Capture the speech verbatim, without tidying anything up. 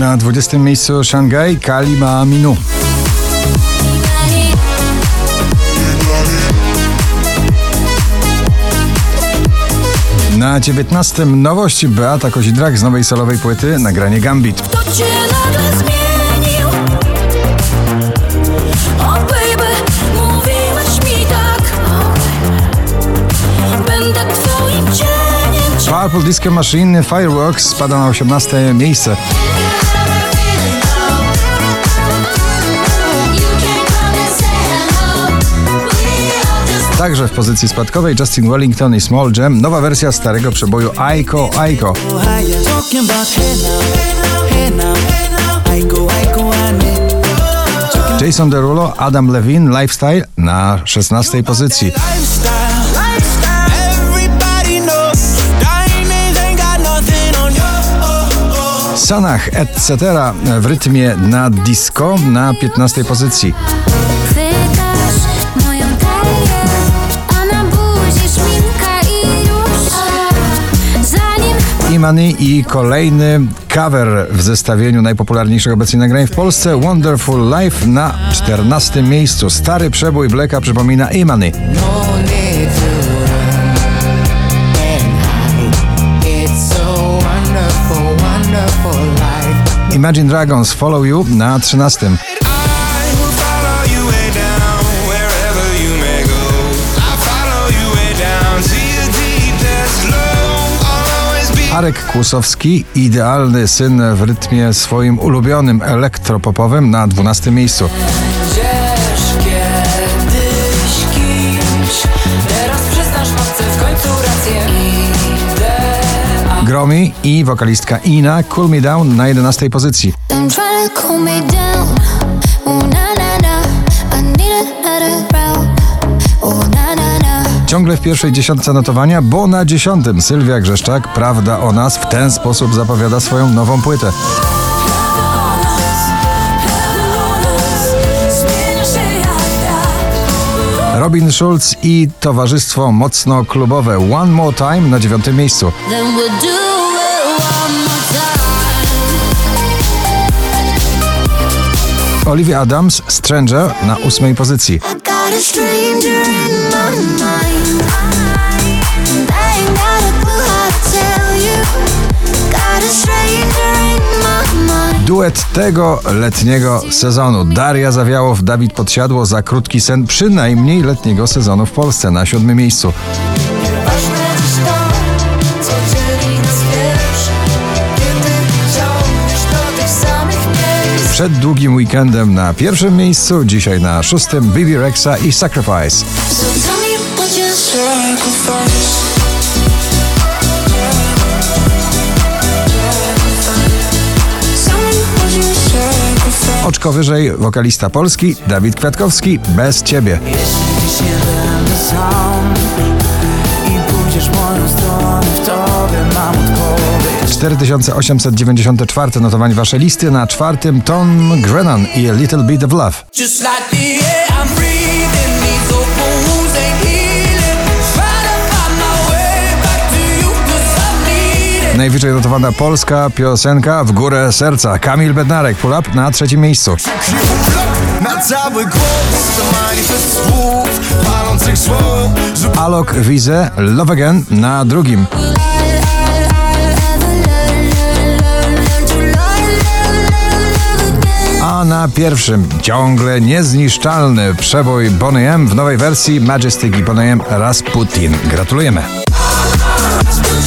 Na dwudziestym miejscu Shanghai, Kalima Aminu. Na dziewiętnastym nowość Beata Kozidrak z nowej solowej płyty, nagranie Gambit. Kto cię nagle zmienił? O baby, mówiłeś mi tak. Będę twoim cieniem. Purple Disco Machine Fireworks spada na osiemnaste miejsce. Także w pozycji spadkowej Justin Wellington i Small Jam, nowa wersja starego przeboju Aiko Aiko. Jason Derulo, Adam Levine, Lifestyle na szesnastej pozycji. Sanach et cetera w rytmie na disco na piętnastej pozycji. Imani i kolejny cover w zestawieniu najpopularniejszych obecnie nagrań w Polsce, Wonderful Life na czternastym miejscu. Stary przebój Blacka przypomina Imani. Imagine Dragons Follow You na trzynastym. Arek Kłusowski, idealny syn w rytmie swoim ulubionym elektropopowym na dwunastym miejscu. Będziesz kiedyś kimś, teraz przyznasz matce w końcu rację. Gromi i wokalistka Ina, Cool Me Down na jedenastej pozycji. Ciągle w pierwszej dziesiątce notowania, bo na dziesiątym Sylwia Grzeszczak, Prawda o nas, w ten sposób zapowiada swoją nową płytę. Robin Schulz i towarzystwo mocno klubowe One More Time na dziewiątym miejscu. Olivia Adams, Stranger na ósmej pozycji. Duet tego letniego sezonu. Daria Zawiałow, Dawid Podsiadło, Za krótki sen przynajmniej letniego sezonu w Polsce na siódmym miejscu. Przed długim weekendem na pierwszym miejscu, dzisiaj na szóstym Bibi Rexa i Sacrifice. Oczko wyżej wokalista polski Dawid Kwiatkowski, Bez ciebie. cztery tysiące osiemset dziewięćdziesiąte czwarte notowanie waszej listy, na czwartym Tom Grennan i A Little Bit of Love. Najwyżej notowana polska piosenka W górę serca, Kamil Bednarek, Pull Up na trzecim miejscu. Na cały głos, słów, palących słów. Alok Wize, Love Again na drugim. A na pierwszym ciągle niezniszczalny przebój Boney M w nowej wersji Majestic i Boney M Rasputin. Gratulujemy.